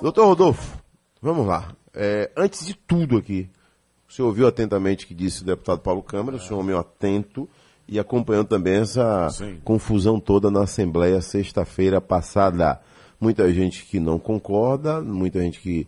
Doutor Rodolfo, vamos lá. Antes de tudo aqui, o senhor ouviu atentamente o que disse o deputado Paulo Câmara, o senhor é um homem atento e acompanhando também essa confusão toda na Assembleia sexta-feira passada. Muita gente que não concorda, muita gente que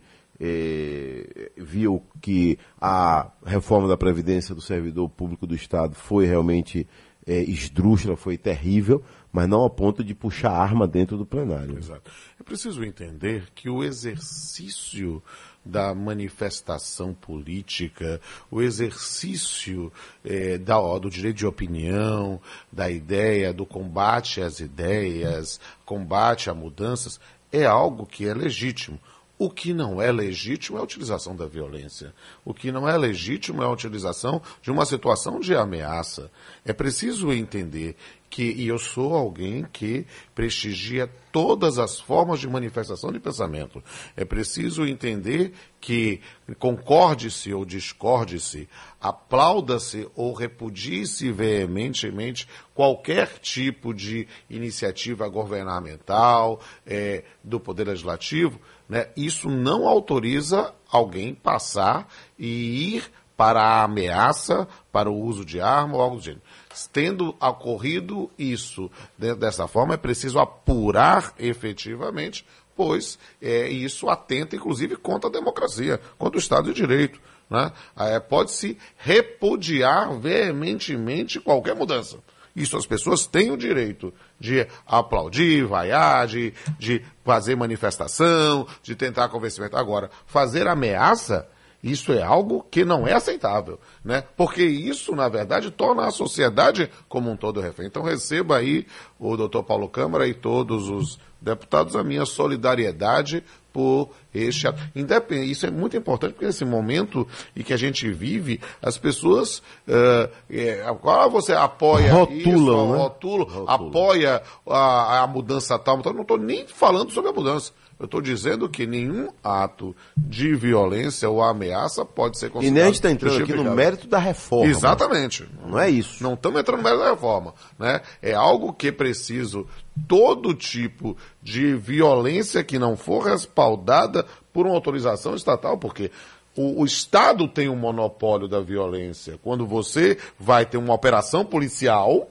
viu que a reforma da Previdência do servidor público do Estado foi realmente esdrúxula, foi terrível, mas não a ponto de puxar arma dentro do plenário. Exato. É preciso entender que o exercício da manifestação política, o exercício do direito de opinião, da ideia, do combate às ideias, combate a mudanças, é algo que é legítimo. O que não é legítimo é a utilização da violência. O que não é legítimo é a utilização de uma situação de ameaça. É preciso entender e eu sou alguém que prestigia todas as formas de manifestação de pensamento. É preciso entender que concorde-se ou discorde-se, aplauda-se ou repudie-se veementemente qualquer tipo de iniciativa governamental, do Poder Legislativo, né? Isso não autoriza alguém passar e ir para a ameaça, para o uso de arma ou algo do gênero. Tendo ocorrido isso dessa forma, é preciso apurar efetivamente, pois isso atenta, inclusive, contra a democracia, contra o Estado de Direito. Né? Pode-se repudiar veementemente qualquer mudança. Isso as pessoas têm o direito de aplaudir, vaiar, de fazer manifestação, de tentar convencimento. Agora, fazer ameaça, isso é algo que não é aceitável, né? Porque isso, na verdade, torna a sociedade como um todo refém. Então, receba aí o doutor Paulo Câmara e todos os deputados a minha solidariedade por este ato. Isso é muito importante, porque nesse momento em que a gente vive, as pessoas, agora você apoia rotulam, né? Rotula, apoia a mudança tal, então não estou nem falando sobre a mudança. Eu estou dizendo que nenhum ato de violência ou ameaça pode ser considerado. E nem a gente está entrando aqui no mérito da reforma. Exatamente. Não é isso. Não estamos entrando no mérito da reforma. Né? É algo que é preciso, todo tipo de violência que não for respaldada por uma autorização estatal, porque o Estado tem um monopólio da violência. Quando você vai ter uma operação policial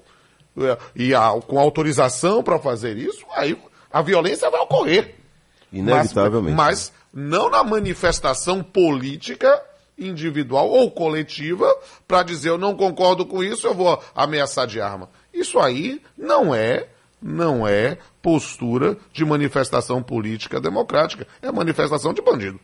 com autorização para fazer isso, aí a violência vai ocorrer. Inevitavelmente. Mas não na manifestação política individual ou coletiva para dizer eu não concordo com isso, eu vou ameaçar de arma. Isso aí não é postura de manifestação política democrática, é manifestação de bandido.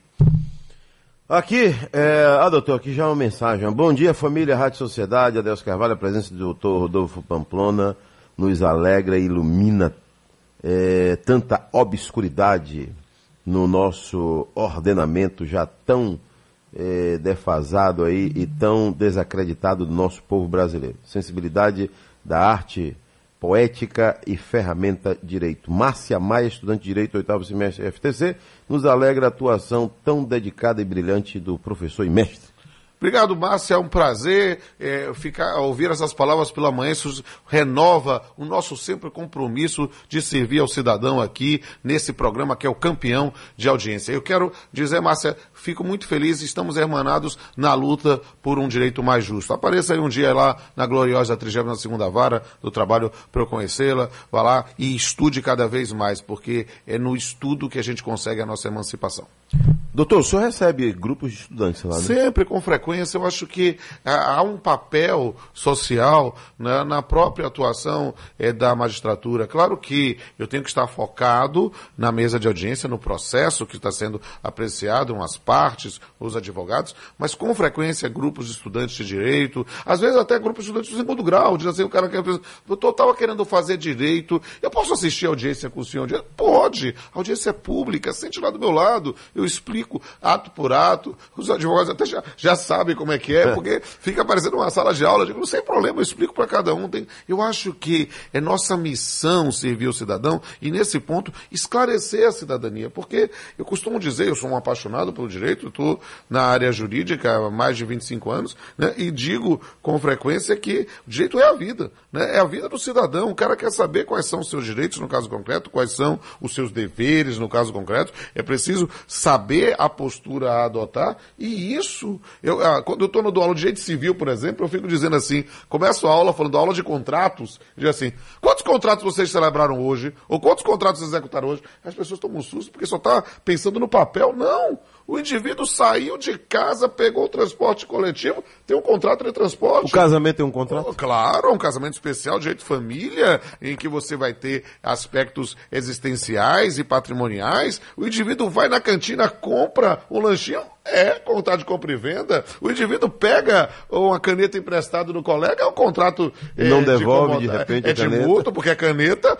Aqui, doutor, aqui já uma mensagem. Bom dia, família Rádio Sociedade, Adelso Carvalho, a presença do doutor Rodolfo Pamplona nos alegra e ilumina tanta obscuridade no nosso ordenamento já tão defasado aí e tão desacreditado do nosso povo brasileiro. Sensibilidade da arte poética e ferramenta direito. Márcia Maia, estudante de direito, 8º semestre FTC, nos alegra a atuação tão dedicada e brilhante do professor e mestre. Obrigado, Márcia, é um prazer ouvir essas palavras pela manhã, isso renova o nosso sempre compromisso de servir ao cidadão aqui, nesse programa que é o campeão de audiência. Eu quero dizer, Márcia, fico muito feliz, estamos hermanados na luta por um direito mais justo. Apareça aí um dia lá na gloriosa 32ª Vara do Trabalho para eu conhecê-la, vá lá e estude cada vez mais, porque é no estudo que a gente consegue a nossa emancipação. Doutor, o senhor recebe grupos de estudantes lá, né? Sempre, com frequência. Eu acho que há um papel social, né, na própria atuação da magistratura. Claro que eu tenho que estar focado na mesa de audiência, no processo que está sendo apreciado, as partes, os advogados, mas com frequência grupos de estudantes de direito, às vezes até grupos de estudantes do segundo grau, diz assim, o cara quer, doutor, estava querendo fazer direito, eu posso assistir a audiência com o senhor? Pode, a audiência é pública, sente lá do meu lado, eu explico explico ato por ato, os advogados até já sabem como é que é, porque fica parecendo uma sala de aula, eu digo, não tem problema, eu explico para cada um. Eu acho que é nossa missão servir o cidadão e, nesse ponto, esclarecer a cidadania, porque eu costumo dizer, eu sou um apaixonado pelo direito, estou na área jurídica há mais de 25 anos, né, e digo com frequência que o direito é a vida, né, é a vida do cidadão. O cara quer saber quais são os seus direitos, no caso concreto, quais são os seus deveres, no caso concreto. É preciso saber a postura a adotar, e isso, quando eu estou no aula de direito civil, por exemplo, eu fico dizendo assim, começo a aula falando aula de contratos, digo assim, quantos contratos vocês celebraram hoje? Ou quantos contratos vocês executaram hoje? As pessoas tomam um susto porque só está pensando no papel. Não! O indivíduo saiu de casa, pegou o transporte coletivo, tem um contrato de transporte. O casamento tem um contrato? Claro, é um casamento especial, direito de família, em que você vai ter aspectos existenciais e patrimoniais. O indivíduo vai na cantina, compra um lanchinho, contrato de compra e venda. O indivíduo pega uma caneta emprestada do colega, é um contrato... Não devolve, de repente, a caneta. É de mútuo, porque a caneta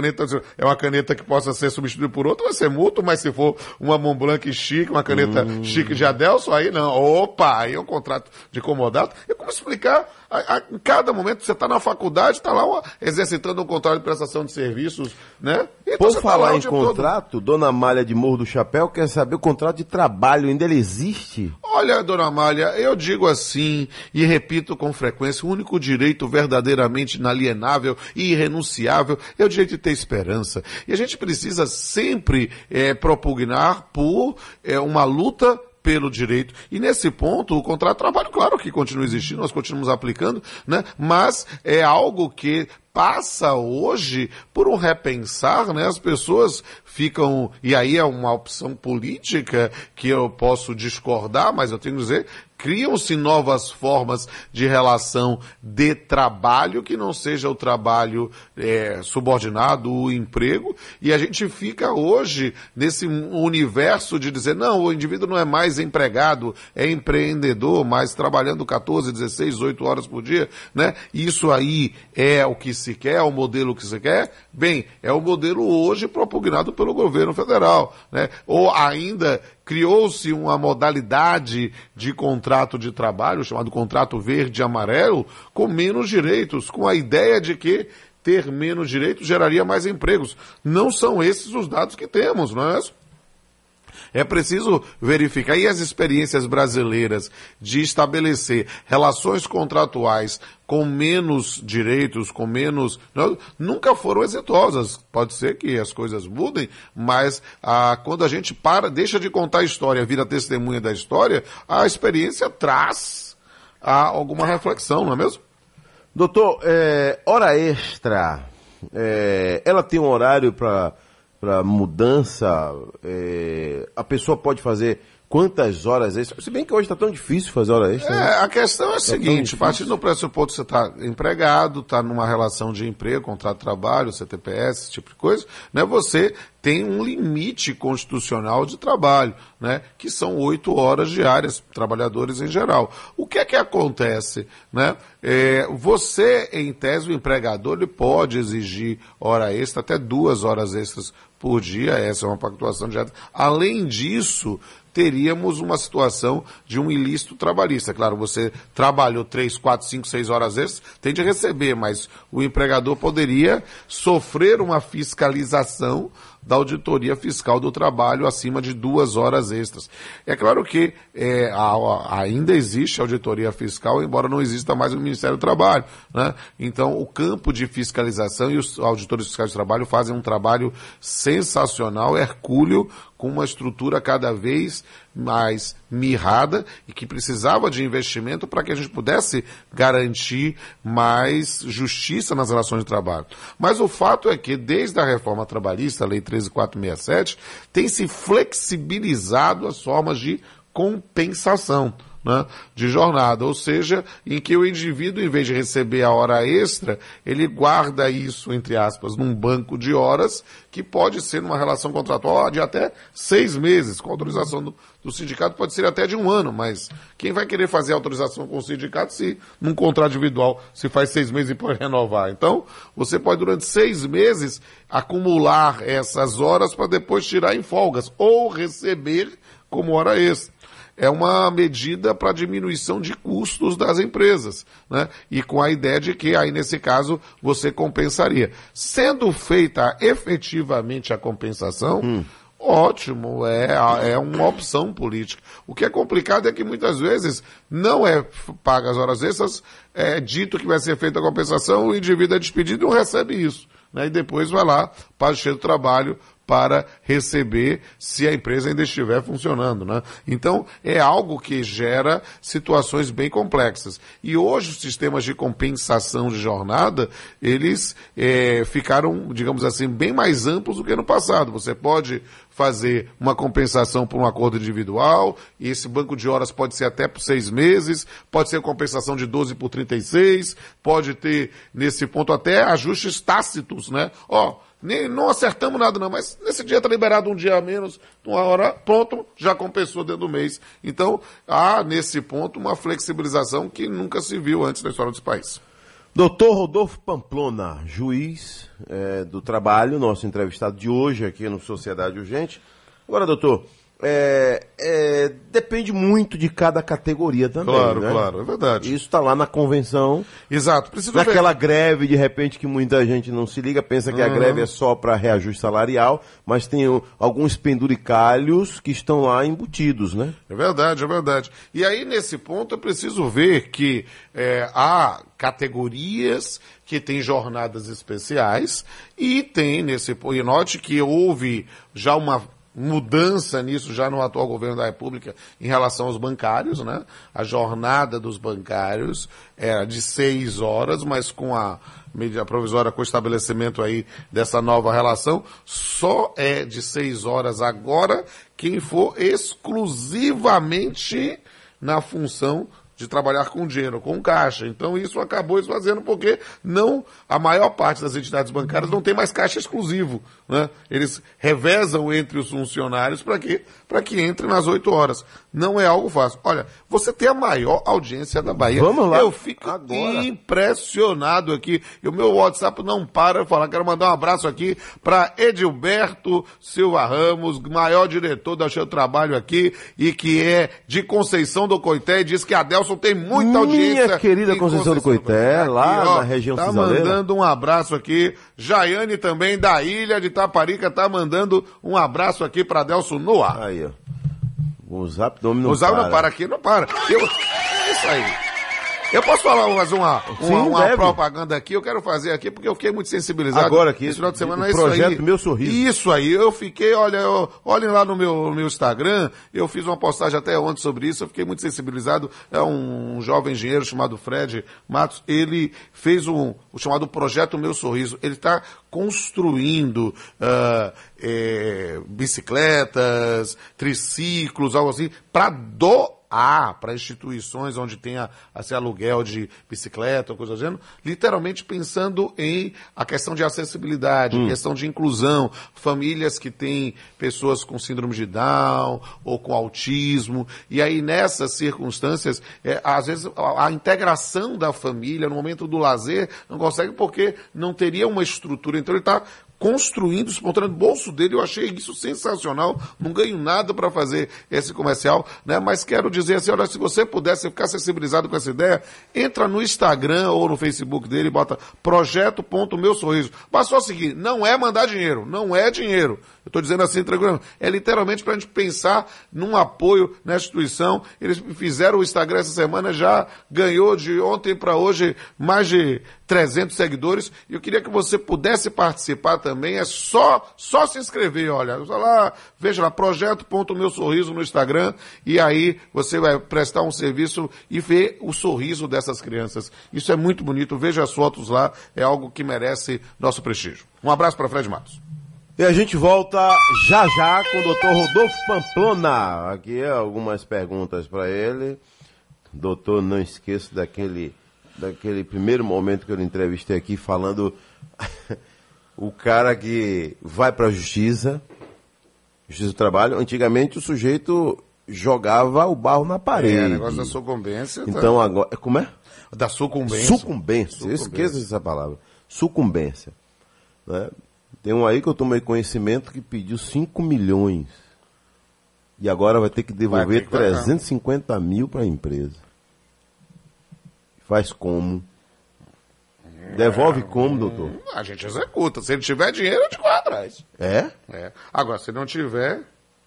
é uma caneta que possa ser substituída por outra, vai ser mútuo, mas se for uma Mont Blanc chique, uma caneta chique de Adelson, aí não. Opa, aí é um contrato de comodato. E como explicar? Em cada momento, você está na faculdade, está lá exercitando um contrato de prestação de serviços, né? Então, por falar em contrato, Dona Amália de Morro do Chapéu quer saber o contrato de trabalho, ainda ele existe? Olha, Dona Amália, eu digo assim, e repito com frequência, o único direito verdadeiramente inalienável e irrenunciável é o direito de ter esperança. E a gente precisa sempre propugnar por uma luta pelo direito. E nesse ponto, o contrato de trabalho, claro que continua existindo, nós continuamos aplicando, né? Mas é algo que passa hoje por um repensar, né? As pessoas ficam, e aí é uma opção política que eu posso discordar, mas eu tenho que dizer, criam-se novas formas de relação de trabalho que não seja o trabalho subordinado, o emprego, e a gente fica hoje nesse universo de dizer, não, o indivíduo não é mais empregado, é empreendedor, mas trabalhando 14, 16, 18 horas por dia, né? Isso aí é o que se quer, é o modelo que se quer? Bem, é o modelo hoje propugnado pelo governo federal, né? Ou ainda criou-se uma modalidade de contrato de trabalho, chamado contrato verde e amarelo, com menos direitos, com a ideia de que ter menos direitos geraria mais empregos. Não são esses os dados que temos, não é isso? É preciso verificar, e as experiências brasileiras de estabelecer relações contratuais com menos direitos, com menos... nunca foram exitosas. Pode ser que as coisas mudem, mas quando a gente deixa de contar a história, vira testemunha da história, a experiência traz alguma reflexão, não é mesmo? Doutor, hora extra, ela tem um horário para mudança? A pessoa pode fazer quantas horas extras? Se bem que hoje está tão difícil fazer hora extra. Né? A questão é a seguinte, partindo do pressuposto que você está empregado, está numa relação de emprego, contrato de trabalho, CTPS, esse tipo de coisa, né, você tem um limite constitucional de trabalho, né, que são 8 horas diárias, trabalhadores em geral. O que é que acontece? Né? Você, em tese, o empregador ele pode exigir hora extra, até 2 horas extras por dia, essa é uma pactuação direta. Além disso, teríamos uma situação de um ilícito trabalhista. Claro, você trabalhou 3, 4, 5, 6 horas extras, tem de receber, mas o empregador poderia sofrer uma fiscalização da auditoria fiscal do trabalho acima de 2 horas extras. É claro que ainda existe auditoria fiscal, embora não exista mais o Ministério do Trabalho, né? Então, o campo de fiscalização e os auditores fiscais do trabalho fazem um trabalho sensacional, hercúleo, com uma estrutura cada vez mais mirrada e que precisava de investimento para que a gente pudesse garantir mais justiça nas relações de trabalho. Mas o fato é que, desde a reforma trabalhista, a Lei 13.467, tem se flexibilizado as formas de compensação, né, de jornada, ou seja, em que o indivíduo, em vez de receber a hora extra, ele guarda isso, entre aspas, num banco de horas que pode ser numa relação contratual de até 6 meses, com autorização do sindicato pode ser até de 1 ano, mas quem vai querer fazer autorização com o sindicato se num contrato individual se faz 6 meses e pode renovar? Então, você pode durante 6 meses acumular essas horas para depois tirar em folgas ou receber como hora extra. É uma medida para diminuição de custos das empresas, né? E com a ideia de que aí nesse caso você compensaria. Sendo feita efetivamente a compensação, ótimo, é uma opção política. O que é complicado é que muitas vezes não é paga as horas extras, é dito que vai ser feita a compensação, o indivíduo é despedido e não recebe isso, né? E depois vai lá para o cheio do trabalho para receber se a empresa ainda estiver funcionando, né? Então, é algo que gera situações bem complexas. E hoje os sistemas de compensação de jornada, eles ficaram, digamos assim, bem mais amplos do que no passado. Você pode fazer uma compensação por um acordo individual, e esse banco de horas pode ser até por 6 meses, pode ser compensação de 12 por 36, pode ter, nesse ponto, até ajustes tácitos, né? Não acertamos nada não, mas nesse dia está liberado um dia a menos, 1 hora, pronto, já compensou dentro do mês. Então, há nesse ponto uma flexibilização que nunca se viu antes na história desse país. Doutor Rodolfo Pamplona, juiz do trabalho, nosso entrevistado de hoje aqui no Sociedade Urgente. Agora, doutor, depende muito de cada categoria também, claro, né? Claro, é verdade. Isso está lá na convenção. Exato. Naquela greve, de repente, que muita gente não se liga, pensa que a greve é só para reajuste salarial, mas tem alguns penduricalhos que estão lá embutidos, né? É verdade, é verdade. E aí, nesse ponto, é preciso ver que há categorias que têm jornadas especiais e tem nesse... E note que houve já uma mudança nisso já no atual governo da República em relação aos bancários, né? A jornada dos bancários era de 6 horas, mas com a medida provisória, com o estabelecimento aí dessa nova relação, só é de 6 horas agora quem for exclusivamente na função de trabalhar com dinheiro, com caixa. Então isso acabou esvaziando porque a maior parte das entidades bancárias não tem mais caixa exclusivo, né? Eles revezam entre os funcionários para quê? Para que entre nas 8 horas. Não é algo fácil. Olha, você tem a maior audiência da Bahia. Vamos lá. Eu fico impressionado aqui. E o meu WhatsApp não para de falar. Quero mandar um abraço aqui para Edilberto Silva Ramos, maior diretor da Seu Trabalho aqui e que é de Conceição do Coité e diz que a Adelson tem muita audiência. Minha querida Conceição do Coité, lá na região cisaleira. Tá mandando um abraço aqui. Jaiane também da ilha de Taparica tá mandando um abraço aqui para Adelson no ar. Aí, ó. O Zap não para. O Zap não para aqui, não para. É isso aí. Eu posso falar mais uma propaganda aqui? Eu quero fazer aqui porque eu fiquei muito sensibilizado. Agora aqui, esse final de semana, o projeto Meu Sorriso. Isso aí, eu fiquei, olhem lá no meu Instagram, eu fiz uma postagem até ontem sobre isso, eu fiquei muito sensibilizado. É um jovem engenheiro chamado Fred Matos, ele fez o chamado Projeto Meu Sorriso. Ele está construindo bicicletas, triciclos, algo assim, para para instituições onde tenha esse aluguel de bicicleta, coisa do gênero, literalmente pensando em a questão de acessibilidade, questão de inclusão, famílias que têm pessoas com síndrome de Down ou com autismo, e aí nessas circunstâncias, às vezes a integração da família no momento do lazer não consegue porque não teria uma estrutura, então ele está construindo, espontâneo do bolso dele. Eu achei isso sensacional, não ganho nada para fazer esse comercial, né? Mas quero dizer assim, olha, se você pudesse ficar sensibilizado com essa ideia, entra no Instagram ou no Facebook dele e bota projeto.meusorriso. Basta só seguir, não é mandar dinheiro, não é dinheiro. Eu estou dizendo assim, tranquilo, é literalmente para a gente pensar num apoio na instituição. Eles fizeram o Instagram essa semana, já ganhou de ontem para hoje mais de 300 seguidores, e eu queria que você pudesse participar também, é só se inscrever, olha, veja lá, projeto.meusorriso no Instagram, e aí você vai prestar um serviço e ver o sorriso dessas crianças. Isso é muito bonito, veja as fotos lá, é algo que merece nosso prestígio. Um abraço para Fred Matos. E a gente volta já com o doutor Rodolfo Pamplona. Aqui algumas perguntas para ele. Doutor, não esqueça daquele primeiro momento que eu lhe entrevistei aqui falando o cara que vai para a Justiça do Trabalho, antigamente o sujeito jogava o barro na parede. O negócio da sucumbência. Então agora, como é? Da sucumbência. Sucumbência. Eu esqueço essa palavra. Sucumbência. Né? Tem um aí que eu tomei conhecimento que pediu 5 milhões. E agora vai ter que devolver 350 mil para a empresa. Faz como? Devolve como, doutor? A gente executa. Se ele tiver dinheiro, a gente corre atrás. É? Agora, se não tiver,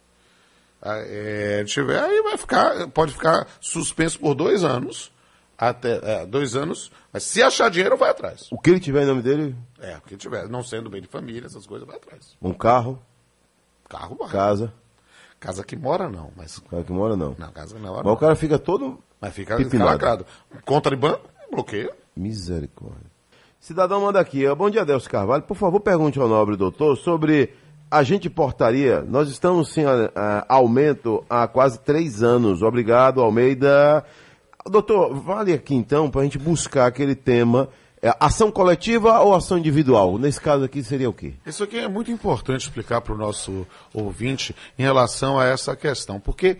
aí pode ficar suspenso por 2 anos. Até 2 anos, mas se achar dinheiro, vai atrás. O que ele tiver em nome dele? O que ele tiver, não sendo bem de família, essas coisas, vai atrás. Um carro? Carro vai. Casa? Casa que mora, não. Mas... Casa que mora, não. Não, casa não. Mas o cara fica todo... Mas fica lacrado. Conta de banco, bloqueio. Misericórdia. Cidadão manda aqui. Bom dia, Adelso Carvalho. Por favor, pergunte ao nobre doutor sobre agente portaria. Nós estamos sem aumento há quase 3 anos. Obrigado, Almeida. Doutor, vale aqui então para a gente buscar aquele tema, ação coletiva ou ação individual? Nesse caso aqui seria o quê? Isso aqui é muito importante explicar para o nosso ouvinte em relação a essa questão, porque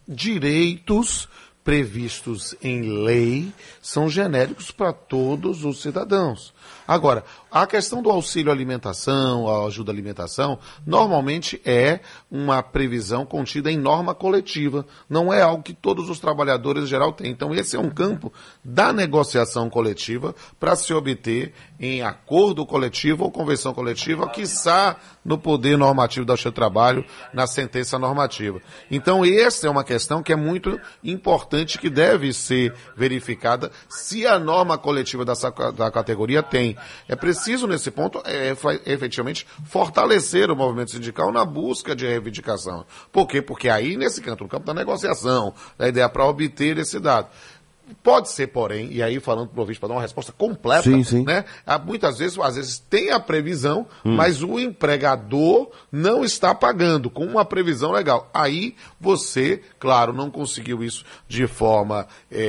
direitos previstos em lei são genéricos para todos os cidadãos. Agora, a questão do auxílio alimentação, a ajuda à alimentação, normalmente é uma previsão contida em norma coletiva. Não é algo que todos os trabalhadores em geral têm. Então, esse é um campo da negociação coletiva para se obter em acordo coletivo ou convenção coletiva, quiçá no poder normativo da Justiça do Trabalho, na sentença normativa. Então, essa é uma questão que é muito importante, que deve ser verificada se a norma coletiva da categoria tem. É preciso, nesse ponto, efetivamente, fortalecer o movimento sindical na busca de reivindicação. Por quê? Porque aí, nesse campo, no campo da negociação, a ideia para obter esse dado. Pode ser, porém, e aí falando para o ouvinte para dar uma resposta completa, sim. né? Muitas vezes, às vezes tem a previsão, mas o empregador não está pagando com uma previsão legal. Aí você, claro, não conseguiu isso de forma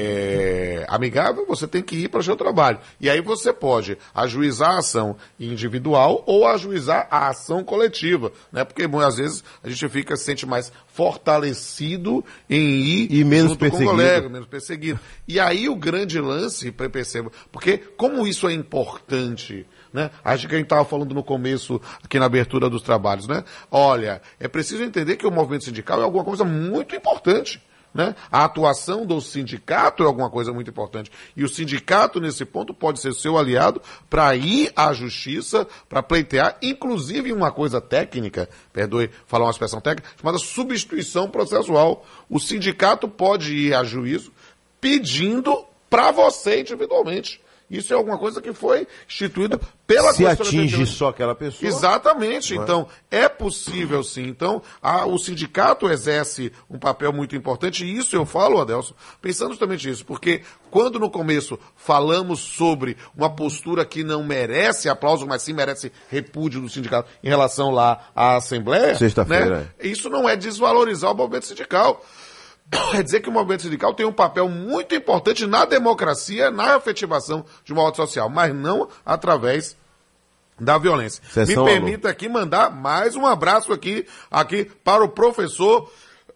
amigável, você tem que ir para o seu trabalho. E aí você pode ajuizar a ação individual ou ajuizar a ação coletiva, né? Porque muitas vezes a gente se sente mais fortalecido em ir e menos junto perseguido. com o colega, menos perseguido. E aí o grande lance, perceba, porque como isso é importante, né? Acho que a gente estava falando no começo, aqui na abertura dos trabalhos, né? Olha, é preciso entender que o movimento sindical é alguma coisa muito importante. Né? A atuação do sindicato é alguma coisa muito importante. E o sindicato, nesse ponto, pode ser seu aliado para ir à justiça, para pleitear, inclusive uma coisa técnica, perdoe falar uma expressão técnica, chamada substituição processual. O sindicato pode ir a juízo pedindo para você individualmente. Isso é alguma coisa que foi instituída pela Constituição. Se atinge só aquela pessoa. Exatamente. Então, é possível sim. Então, o sindicato exerce um papel muito importante, e isso eu falo, Adelso, pensando justamente nisso, porque quando no começo falamos sobre uma postura que não merece aplauso, mas sim merece repúdio do sindicato em relação lá à Assembleia, sexta-feira, né? Isso não é desvalorizar o movimento sindical. É dizer que o movimento sindical tem um papel muito importante na democracia, na efetivação de uma ordem social, mas não através da violência. Sessão, me permita aqui mandar mais um abraço aqui para o professor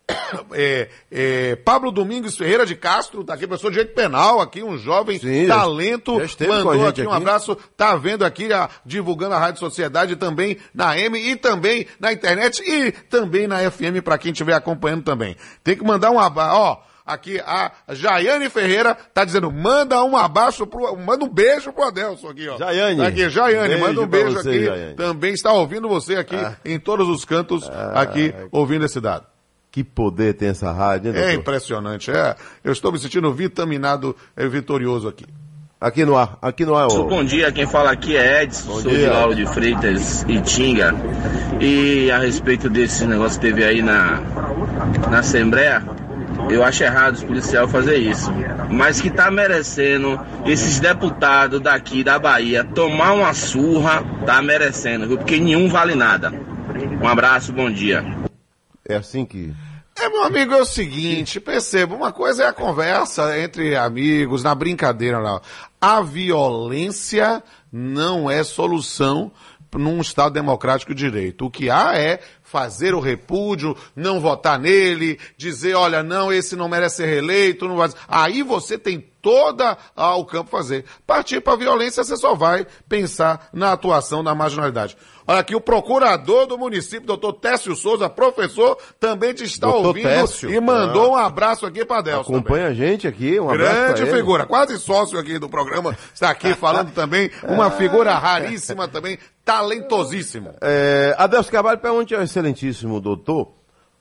Pablo Domingos Ferreira de Castro, tá aqui, professor de direito penal, aqui um jovem talento, mandou aqui um abraço, tá vendo aqui, divulgando a Rádio Sociedade também na M e também na internet e também na FM para quem estiver acompanhando também. Tem que mandar um abraço, aqui a Jaiane Ferreira tá dizendo, manda um beijo pro Adelson aqui, ó. Jaiane. Tá aqui, Jaiane, manda um beijo você, aqui. Jaiane. Também está ouvindo você aqui em todos os cantos, aqui, ouvindo esse dado. Que poder tem essa rádio, hein, doutor? É impressionante, eu estou me sentindo vitaminado, vitorioso aqui. Aqui no ar. Bom dia, quem fala aqui é Edson, sou de Lauro de Freitas, Itinga. E a respeito desse negócio que teve aí na Assembleia, eu acho errado os policiais fazer isso. Mas que tá merecendo esses deputados daqui da Bahia tomar uma surra, tá merecendo, viu? Porque nenhum vale nada. Um abraço, bom dia. É assim que... Meu amigo, é o seguinte, perceba, uma coisa é a conversa entre amigos, na brincadeira lá. A violência não é solução num Estado democrático de direito. O que há é fazer o repúdio, não votar nele, dizer, olha, não, esse não merece ser reeleito, não vai... Aí você tem toda o campo fazer. Partir para a violência, você só vai pensar na atuação da marginalidade. Olha aqui, o procurador do município, doutor Técio Souza, professor, também te está Doutor ouvindo Técio. E mandou um abraço aqui para Adelson. Acompanha também. A gente aqui, um abraço pra Grande ele. figura, quase sócio aqui do programa, está aqui falando também, uma figura raríssima também, talentosíssima. Adelson Carvalho pergunta ao excelentíssimo doutor,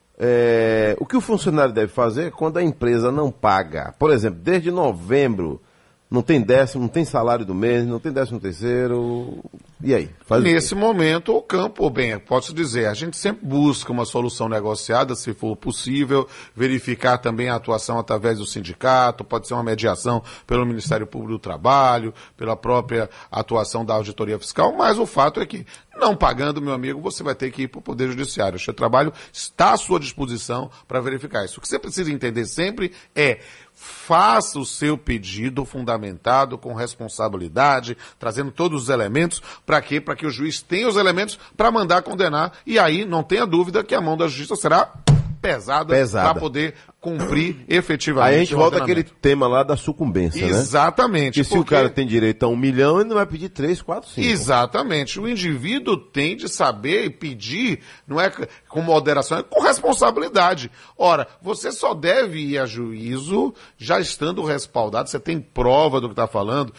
o que o funcionário deve fazer quando a empresa não paga? Por exemplo, desde novembro, não tem décimo, não tem salário do mês, não tem 13º, e aí? Nesse momento, o campo, bem, posso dizer, a gente sempre busca uma solução negociada, se for possível, verificar também a atuação através do sindicato, pode ser uma mediação pelo Ministério Público do Trabalho, pela própria atuação da Auditoria Fiscal, mas o fato é que, não pagando, meu amigo, você vai ter que ir para o Poder Judiciário. O seu trabalho está à sua disposição para verificar isso. O que você precisa entender sempre é, faça o seu pedido fundamentado, com responsabilidade, trazendo todos os elementos. Para quê? Para que o juiz tenha os elementos para mandar condenar. E aí, não tenha dúvida que a mão da justiça será pesada. Para poder cumprir efetivamente. Aí a gente volta àquele tema lá da sucumbência, Exatamente. né? Que se o cara tem direito a 1 milhão, ele não vai pedir 3, 4, 5. Exatamente. O indivíduo tem de saber e pedir, não é com moderação, é com responsabilidade. Ora, você só deve ir a juízo já estando respaldado, você tem prova do que está falando.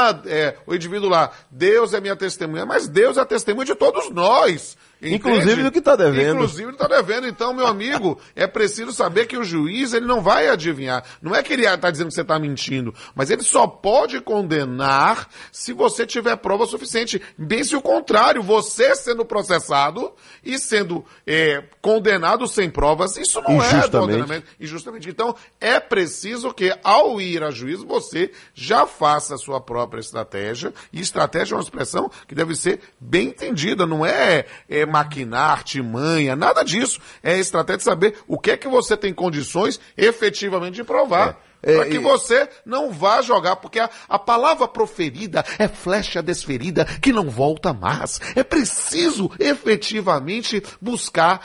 O indivíduo lá, Deus é minha testemunha, mas Deus é a testemunha de todos nós. Entende? Inclusive do que está devendo. Inclusive do que está devendo. Então, meu amigo, é preciso saber que o juiz, ele não vai adivinhar. Não é que ele está dizendo que você está mentindo, mas ele só pode condenar se você tiver prova suficiente. Bem se o contrário, você sendo processado e sendo condenado sem provas, isso não é condenamento. Injustamente. Então, é preciso que, ao ir a juízo, você já faça a sua própria estratégia. E estratégia é uma expressão que deve ser bem entendida, não é maquinar, artimanha, nada disso. É a estratégia de saber o que é que você tem condições efetivamente de provar. Para que você não vá jogar, porque a palavra proferida é flecha desferida que não volta mais. É preciso efetivamente buscar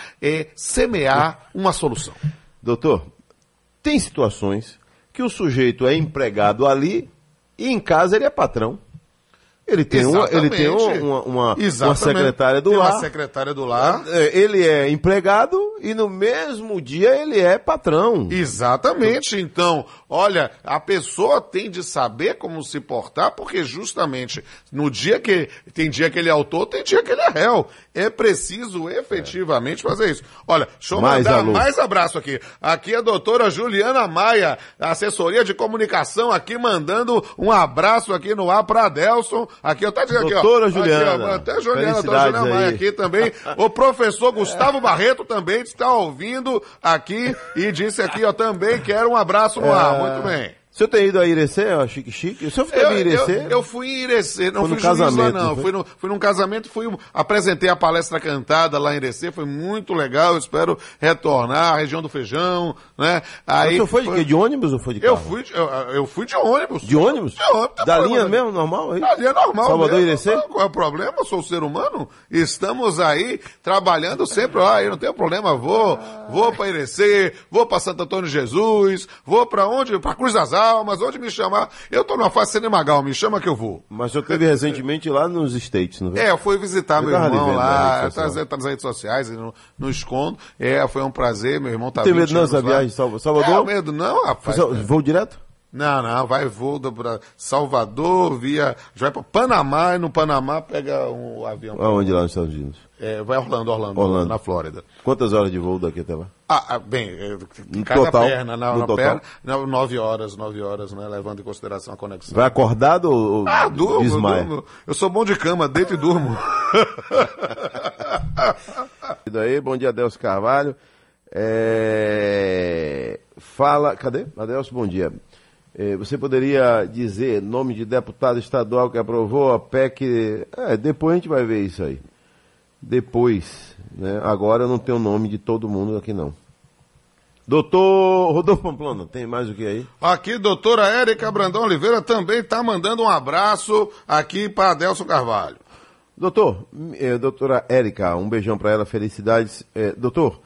semear uma solução. Doutor, tem situações que o sujeito é empregado ali e em casa ele é patrão. Ele tem uma secretária do lar. Uma secretária do lar. Ele é empregado e no mesmo dia ele é patrão. Exatamente. Então, olha, a pessoa tem de saber como se portar, porque justamente no dia que... Tem dia que ele é autor, tem dia que ele é réu. É preciso efetivamente fazer isso. Olha, deixa eu mandar mais abraço aqui. Aqui a doutora Juliana Maia, assessoria de comunicação, aqui mandando um abraço aqui no ar para Adelson. Aqui, eu tá dizendo aqui, ó. Doutora Juliana. Aqui, até Juliana, doutora Juliana Maia aqui também. O professor Gustavo Barreto também está ouvindo aqui e disse aqui, ó, também quero um abraço no ar. Muito bem. O senhor tem ido a Irecê, ó, chique? O senhor teve em Irecê? Eu fui em Irecê, não fui juiz lá não. Fui num casamento, apresentei a palestra cantada lá em Irecê, foi muito legal, eu espero retornar, a região do Feijão, né? Aí, o senhor foi de quê? De ônibus ou foi de carro? Eu fui de ônibus. De ônibus? De ônibus. Da linha mesmo, normal? Aí? Da linha normal. Salvador Irecê? Qual é o problema? Eu sou ser humano, estamos aí trabalhando sempre, eu não tenho problema, vou para Irecê, vou para Santo Antônio de Jesus, vou para onde? Para Cruz das Almas, onde me chamar. Eu tô numa fase Cinemagal, me chama que eu vou. Mas eu teve recentemente lá nos States, não é? Eu fui visitar meu irmão lá, tá nas redes sociais, não escondo. Foi um prazer, meu irmão tá vindo. Tem medo não dessa viagem de Salvador? Não, medo não, rapaz. Voo direto? Não, vai voo para Salvador, vai para Panamá, e no Panamá pega um avião. Aonde lá nos Estados Unidos? Vai Orlando, na Flórida. Quantas horas de voo daqui até lá? Cada total, perna, na perna, 9 horas, né, levando em consideração a conexão. Vai acordado ou durmo. Eu sou bom de cama, deito e durmo. Aí, bom dia, Adelson Carvalho. Fala, cadê? Adelson, bom dia. Você poderia dizer nome de deputado estadual que aprovou a PEC? Depois a gente vai ver isso aí. Depois, né? Agora eu não tenho o nome de todo mundo aqui não. Doutor Rodolfo Pamplona, tem mais o que aí? Aqui, doutora Érica Brandão Oliveira também está mandando um abraço aqui para Adelson Carvalho. Doutora Érica, um beijão para ela, felicidades. Doutor,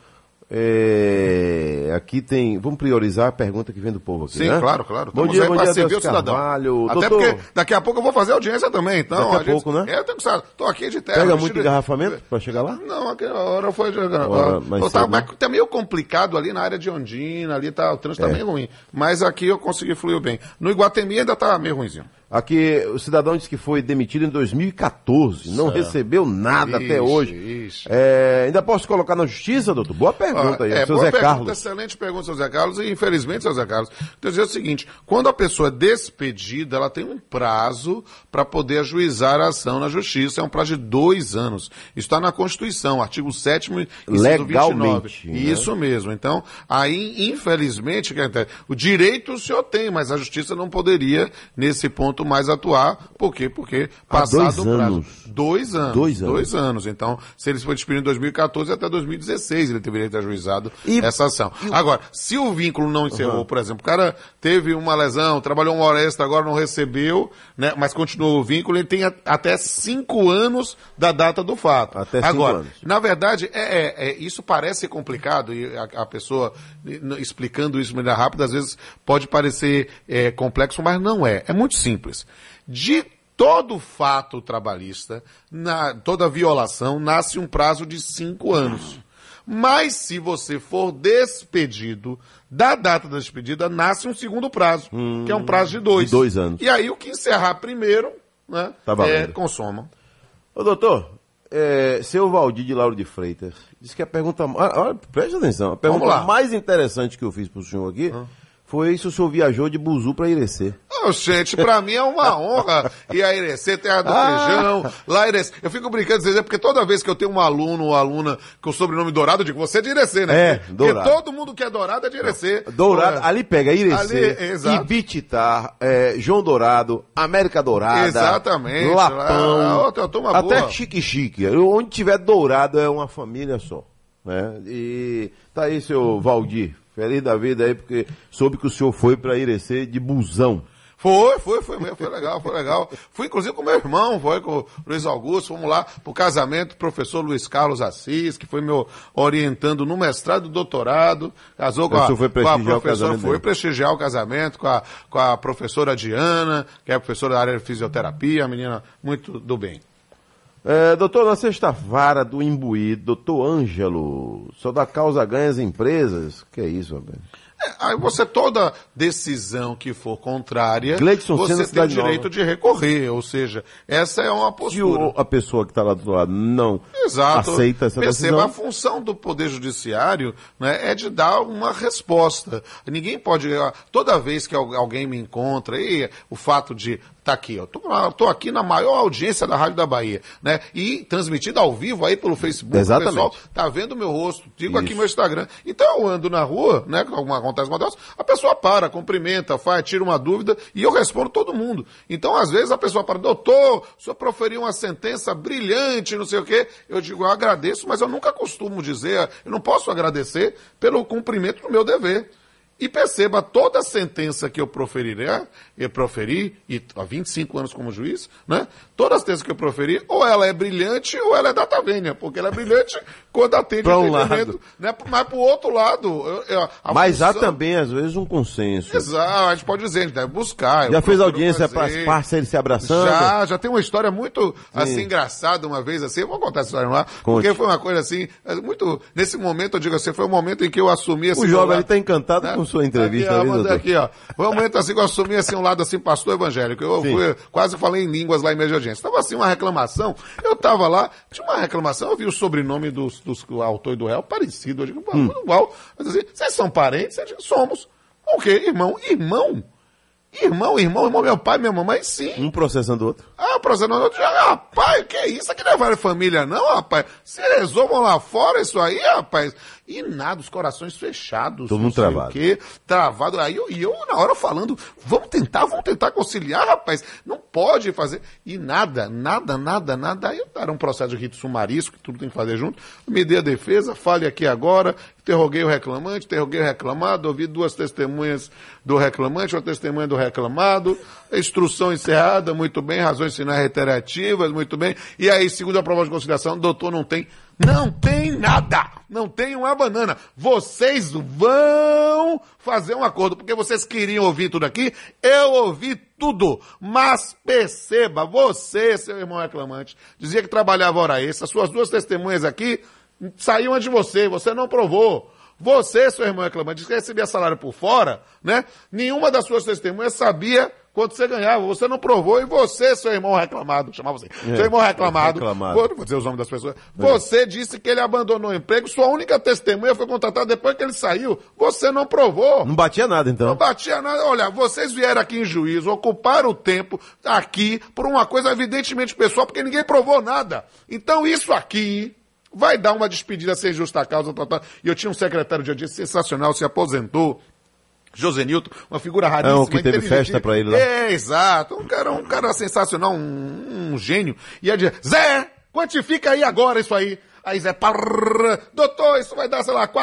aqui tem... Vamos priorizar a pergunta que vem do povo aqui, sim, né? claro, claro. Bom dia, servir o cidadão. Até doutor, porque daqui a pouco eu vou fazer audiência também, então... Daqui a pouco, né? Eu tenho que saber, tô aqui de terra. Pega muito engarrafamento para chegar lá? Não, aquela hora foi... Mas tá meio complicado ali na área de Ondina, ali tá, o trânsito tá meio ruim. Mas aqui eu consegui fluir bem. No Iguatemi ainda tá meio ruimzinho. Aqui, o cidadão disse que foi demitido em 2014, não recebeu nada até hoje. Ainda posso colocar na justiça, doutor? Boa pergunta aí, seu Zé Carlos. Excelente pergunta, seu Zé Carlos, e infelizmente, seu Zé Carlos, quer dizer o seguinte, quando a pessoa é despedida, ela tem um prazo para poder ajuizar a ação na justiça, é um prazo de 2 anos. Isso está na Constituição, artigo 7º, inciso 29. Né? Isso mesmo. Então, aí, infelizmente, o direito o senhor tem, mas a justiça não poderia, nesse ponto, mais atuar. Por quê? Porque passado o prazo. 2 anos. 2 anos. Então, se ele foi despedido em 2014, até 2016 ele deveria ter ajuizado essa ação. Agora, se o vínculo não encerrou, por exemplo, o cara teve uma lesão, trabalhou uma hora extra, agora não recebeu, né, mas continuou o vínculo, ele tem até 5 anos da data do fato. Até 5 agora, anos. Na verdade, isso parece complicado, e a pessoa explicando isso de maneira rápida, às vezes pode parecer complexo, mas não é. É muito simples. De todo fato trabalhista, toda violação, nasce um prazo de 5 anos. Mas se você for despedido, da data da despedida, nasce um segundo prazo, que é um prazo de 2. De 2 anos. E aí o que encerrar primeiro, né, consoma. Ô doutor, seu Valdir de Lauro de Freitas, disse que a pergunta... Olha, preste atenção, a pergunta mais interessante que eu fiz pro senhor aqui... foi se o senhor viajou de Buzu para Irecê. Gente, pra mim é uma honra ir a Irecê, terra do feijão, lá Irecê. Eu fico brincando, porque toda vez que eu tenho um aluno ou aluna com o sobrenome Dourado, eu digo, você é de Irecê, né? Dourado. Porque todo mundo que é Dourado é de Irecê. Dourado, ali pega Irecê, Ibititá, João Dourado, América Dourada, exatamente, Lapão, até boa. Chique. Onde tiver Dourado é uma família só. Né? E tá aí, seu Valdir. Feliz da vida aí, porque soube que o senhor foi para Irecê de busão. Foi legal. Fui inclusive com meu irmão, foi com o Luiz Augusto, fomos lá pro casamento do professor Luiz Carlos Assis, que foi meu orientando no mestrado e doutorado, casou com a professora, foi prestigiar o casamento com a professora Diana, que é professora da área de fisioterapia, a menina muito do bem. Doutor, na sexta-vara do Imbuí, doutor Ângelo, só da causa ganha as empresas? Que é isso, rapaz? Aí toda decisão que for contrária, Gleidson, você tem o direito de recorrer, ou seja, essa é uma postura. Se a pessoa que está lá do lado não aceita essa decisão... Perceba, a função do Poder Judiciário, né, é de dar uma resposta. Ninguém pode... Toda vez que alguém me encontra, e o fato de... Tá aqui, eu tô aqui na maior audiência da Rádio da Bahia, né? E transmitido ao vivo aí pelo Facebook. Exatamente. O pessoal tá vendo meu rosto, digo aqui meu Instagram. Então eu ando na rua, né? Acontece uma delas, a pessoa para, cumprimenta, tira uma dúvida e eu respondo todo mundo. Então, às vezes, a pessoa para, doutor, o senhor proferiu uma sentença brilhante, não sei o quê. Eu digo, eu agradeço, mas eu nunca costumo dizer, eu não posso agradecer pelo cumprimento do meu dever. E perceba, toda sentença que eu proferi, e há 25 anos como juiz, né? Todas as sentenças que eu proferi, ou ela é brilhante ou ela é data vênia, porque ela é brilhante quando atende o entendimento, né? Mas para o outro lado... Mas há também, às vezes, um consenso. Exato, a gente pode dizer, a gente deve buscar. Já fez audiência para as partes se abraçando? Já tem uma história muito, assim, engraçada uma vez, assim, eu vou contar essa história lá, porque foi uma coisa, assim, muito... Nesse momento, eu digo assim, foi o momento em que eu assumi esse... O jovem, ele está encantado, né? Com sua entrevista. Aqui, ó. Foi um momento assim que eu assumi assim, um lado assim, pastor evangélico. Eu quase falei em línguas lá em meio de audiência. Tava assim uma reclamação. Eu tava lá, tinha uma reclamação, eu vi o sobrenome do autor e do réu parecido. Eu digo, igual. Mas assim, vocês são parentes? Eu digo, somos. O quê? Irmão, meu pai, minha mamãe, sim. Um processando o outro. Processando o outro. Rapaz, o que é isso? Aqui não é família, não, rapaz. Se resolvam lá fora isso aí, rapaz. E nada, os corações fechados. Todo mundo travado. Travado. Aí eu, na hora, falando, vamos tentar conciliar, rapaz. Não pode fazer. E nada. Aí era um processo de rito sumaríssimo, que tudo tem que fazer junto. Me dei a defesa, fale aqui agora. Interroguei o reclamante, interroguei o reclamado, ouvi 2 testemunhas do reclamante, uma testemunha do reclamado, instrução encerrada, muito bem, razões finais reiterativas, muito bem. E aí, segundo a prova de conciliação, doutor, não tem nada, não tem uma banana. Vocês vão fazer um acordo, porque vocês queriam ouvir tudo aqui, eu ouvi tudo. Mas perceba, você, seu irmão reclamante, dizia que trabalhava hora extra, as suas 2 testemunhas aqui saíam de você não provou. Você, seu irmão reclamante, disse que recebia salário por fora, né? Nenhuma das suas testemunhas sabia quanto você ganhava. Você não provou e você, seu irmão reclamado, chamava você, seu irmão reclamado, vou dizer os nomes das pessoas, você disse que ele abandonou o emprego, sua única testemunha foi contratada depois que ele saiu. Você não provou. Não batia nada, então. Não batia nada. Olha, vocês vieram aqui em juízo, ocuparam o tempo aqui por uma coisa evidentemente pessoal, porque ninguém provou nada. Então isso aqui vai dar uma despedida sem justa causa. E eu tinha um secretário de audiência sensacional, se aposentou, Josenilton, uma figura raríssima. É o que teve festa pra ele lá. Exato. Um cara sensacional, um gênio. E ia dizer, Zé, quantifica aí agora isso aí. Aí Zé, doutor, isso vai dar, sei lá,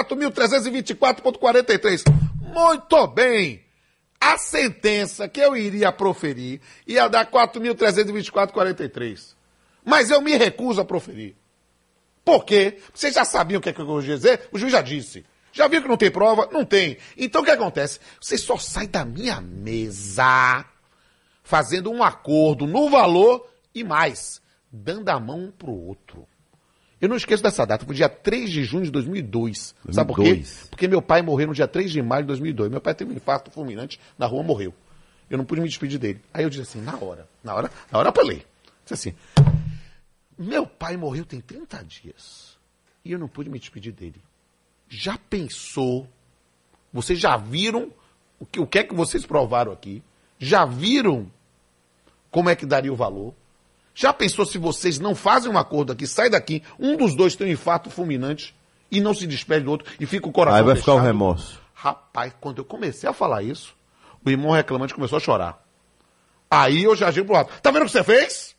4.324,43. Muito bem. A sentença que eu iria proferir ia dar 4.324,43. Mas eu me recuso a proferir. Por quê? Vocês já sabiam o que é que eu ia dizer? O juiz já disse. Já viu que não tem prova? Não tem. Então o que acontece? Você só sai da minha mesa fazendo um acordo no valor e mais, dando a mão um pro outro. Eu não esqueço dessa data, foi dia 3 de junho de 2002. Sabe por quê? Porque meu pai morreu no dia 3 de maio de 2002. Meu pai teve um infarto fulminante, na rua morreu. Eu não pude me despedir dele. Aí eu disse assim, na hora eu apelei. Disse assim, meu pai morreu tem 30 dias e eu não pude me despedir dele. Já pensou? Vocês já viram o que é que vocês provaram aqui? Já viram como é que daria o valor? Já pensou se vocês não fazem um acordo aqui, sai daqui, um dos dois tem um infarto fulminante e não se despede do outro e fica o coração fechado? Aí vai ficar o remorso. Rapaz, quando eu comecei a falar isso, o irmão reclamante começou a chorar. Aí eu já agiu pro lado. Tá vendo o que você fez?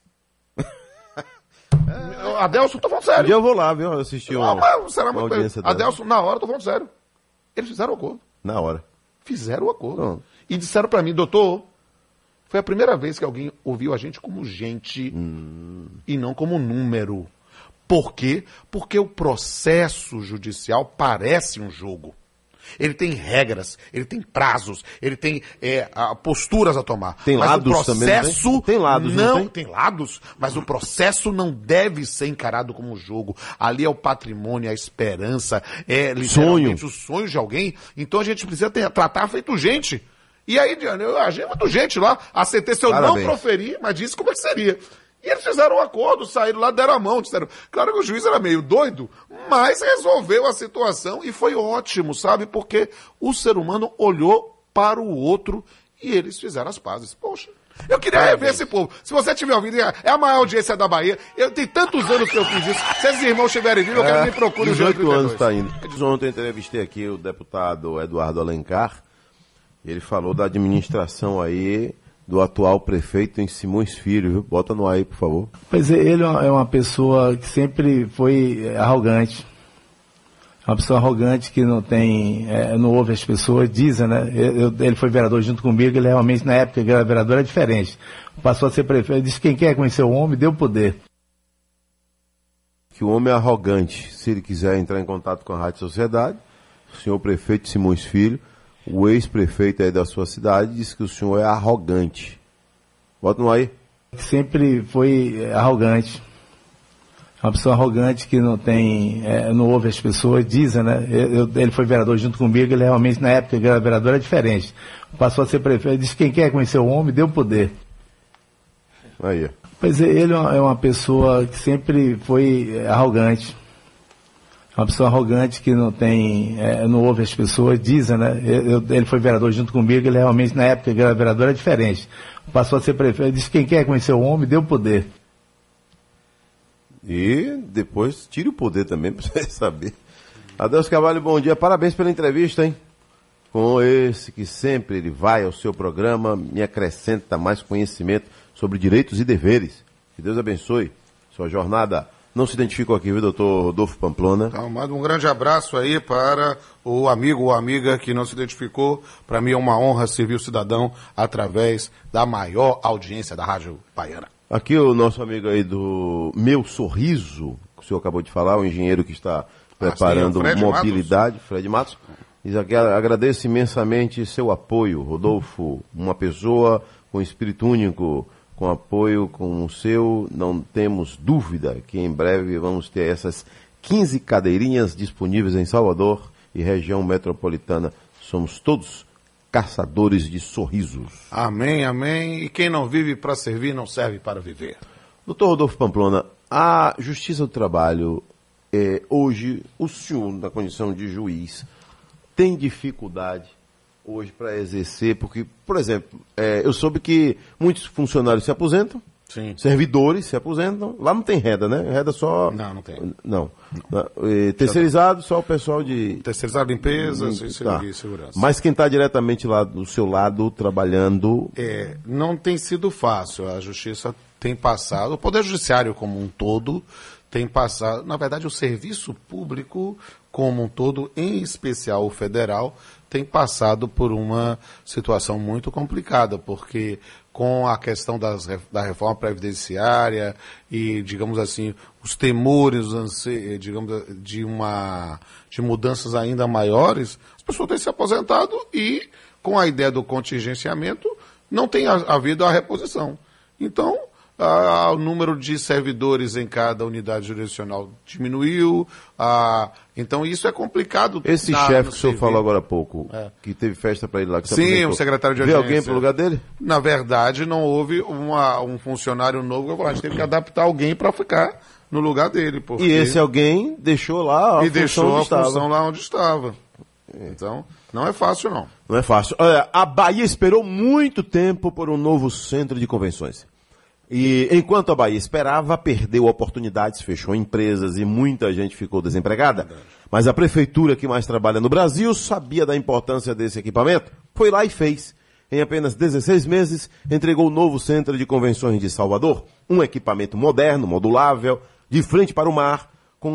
Adelson, tô falando sério. Um dia eu vou lá, viu? Eu assisti uma audiência dela. Adelson, na hora, tô falando sério. Eles fizeram o acordo. Na hora. Fizeram o acordo. E disseram pra mim, doutor, foi a primeira vez que alguém ouviu a gente como gente e não como número. Por quê? Porque o processo judicial parece um jogo. Ele tem regras, ele tem prazos, ele tem posturas a tomar. Tem mas lados o processo também, tem lados, não tem lados, mas o processo não deve ser encarado como jogo. Ali é o patrimônio, a esperança, é literalmente os sonhos de alguém. Então a gente precisa tratar feito gente. E aí, Diana, eu agi muito gente lá, a sentença eu não proferi, mas disse como é que seria. E eles fizeram um acordo, saíram lá, deram a mão, disseram, claro que o juiz era meio doido, mas resolveu a situação e foi ótimo, sabe? Porque o ser humano olhou para o outro e eles fizeram as pazes. Poxa, eu queria rever esse povo. Se você estiver ouvindo, é a maior audiência da Bahia. Tem tantos anos que eu fiz isso. Se esses irmãos estiverem vindo, eu quero que me procure o 18 anos está indo. Ontem eu entrevistei aqui o deputado Eduardo Alencar. Ele falou da administração aí do atual prefeito em Simões Filho, viu? Bota no ar aí, por favor. Pois é, ele é uma pessoa que sempre foi arrogante. Uma pessoa arrogante que não tem, não ouve as pessoas, dizem, né? Ele foi vereador junto comigo, ele realmente, na época que era vereador, era diferente. Passou a ser prefeito, disse que quem quer conhecer o homem, deu poder. Que o homem é arrogante. Se ele quiser entrar em contato com a Rádio Sociedade, o senhor prefeito Simões Filho, o ex-prefeito aí da sua cidade, disse que o senhor é arrogante. Bota no aí. Sempre foi arrogante. Uma pessoa arrogante que não tem, não ouve as pessoas, dizem, né? Ele foi vereador junto comigo, ele realmente, na época que era vereador, era diferente. Passou a ser prefeito, disse que quem quer conhecer o homem, deu poder. Aí. Pois é, ele é uma pessoa que sempre foi arrogante. Uma pessoa arrogante que não tem, não ouve as pessoas, dizem, né? Ele foi vereador junto comigo, ele realmente, na época que era vereador, era diferente. Passou a ser prefeito, disse que quem quer conhecer o homem, deu poder. E depois tire o poder também, para você saber Adeus Carvalho, bom dia. Parabéns pela entrevista, hein? Com esse que sempre ele vai ao seu programa, me acrescenta mais conhecimento sobre direitos e deveres. Que Deus abençoe sua jornada. Não se identificou aqui, viu, doutor Rodolfo Pamplona? Então, manda um grande abraço aí para o amigo ou amiga que não se identificou. Para mim é uma honra servir o cidadão através da maior audiência da Rádio Baiana. Aqui o nosso amigo aí do Meu Sorriso, que o senhor acabou de falar, o engenheiro que está preparando mobilidade, Matos. Fred Matos. Diz aqui, agradeço imensamente seu apoio, Rodolfo, uma pessoa com espírito único, com apoio como o seu, não temos dúvida que em breve vamos ter essas 15 cadeirinhas disponíveis em Salvador e região metropolitana. Somos todos caçadores de sorrisos. Amém, amém. E quem não vive para servir, não serve para viver. Doutor Rodolfo Pamplona, a Justiça do Trabalho, hoje, o senhor, na condição de juiz, tem dificuldade hoje para exercer, porque, por exemplo, eu soube que muitos funcionários se aposentam, sim, servidores se aposentam, lá não tem renda, né? Renda só... Não tem. Não. Terceirizado, só o pessoal de... Terceirizado, limpeza e segurança. Mas quem está diretamente lá do seu lado, trabalhando... Não tem sido fácil, a Justiça tem passado, o Poder Judiciário como um todo tem passado, na verdade o serviço público como um todo, em especial o federal, tem passado por uma situação muito complicada, porque com a questão da reforma previdenciária e, digamos assim, os temores, digamos, de mudanças ainda maiores, as pessoas têm se aposentado e, com a ideia do contingenciamento, não tem havido a reposição. Então, o número de servidores em cada unidade jurisdicional diminuiu, então isso é complicado. Esse chefe que o senhor falou agora há pouco, que teve festa para ele lá, que sim, o secretário de audiência. Vê alguém para o lugar dele? Na verdade, não houve um funcionário novo, a gente teve que adaptar alguém para ficar no lugar dele. Porque... E esse alguém deixou lá função lá onde estava. Então, não é fácil não. Não é fácil. Olha, a Bahia esperou muito tempo por um novo centro de convenções. E enquanto a Bahia esperava, perdeu oportunidades, fechou empresas e muita gente ficou desempregada. Mas a prefeitura que mais trabalha no Brasil sabia da importância desse equipamento, foi lá e fez. Em apenas 16 meses, entregou o novo Centro de Convenções de Salvador, um equipamento moderno, modulável, de frente para o mar,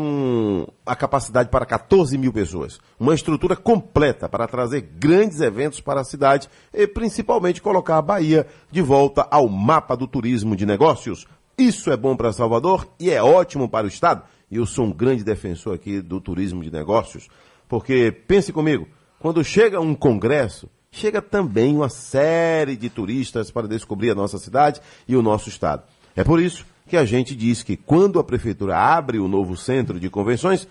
com a capacidade para 14 mil pessoas. Uma estrutura completa para trazer grandes eventos para a cidade e principalmente colocar a Bahia de volta ao mapa do turismo de negócios. Isso é bom para Salvador e é ótimo para o Estado. E eu sou um grande defensor aqui do turismo de negócios, porque, pense comigo, quando chega um congresso, chega também uma série de turistas para descobrir a nossa cidade e o nosso Estado. É por isso que a gente diz que quando a prefeitura abre o novo centro de convenções,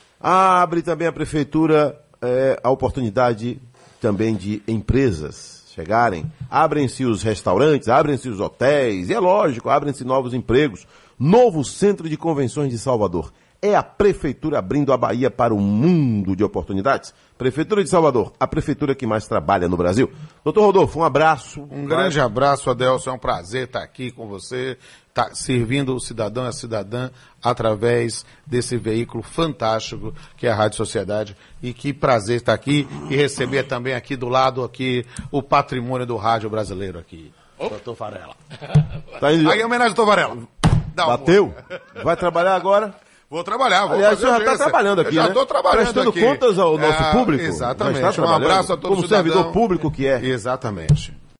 abre também a prefeitura a oportunidade também de empresas chegarem, abrem-se os restaurantes, abrem-se os hotéis, e é lógico, abrem-se novos empregos. Novo Centro de Convenções de Salvador. É a prefeitura abrindo a Bahia para um mundo de oportunidades. Prefeitura de Salvador, a prefeitura que mais trabalha no Brasil. Doutor Rodolfo, um abraço. Um grande abraço, Adelson. É um prazer estar aqui com você, servindo o cidadão e a cidadã através desse veículo fantástico que é a Rádio Sociedade. E que prazer estar aqui e receber também aqui do lado aqui o patrimônio do rádio brasileiro aqui. Doutor Varela. Tá indo... Aí, em homenagem ao doutor Varela. Bateu? Vai trabalhar agora? Vou trabalhar, vou Aliás, o senhor já está trabalhando aqui, já estou trabalhando prestando aqui. Contas ao nosso público. Exatamente. Um abraço a todo como servidor público que é. Exatamente.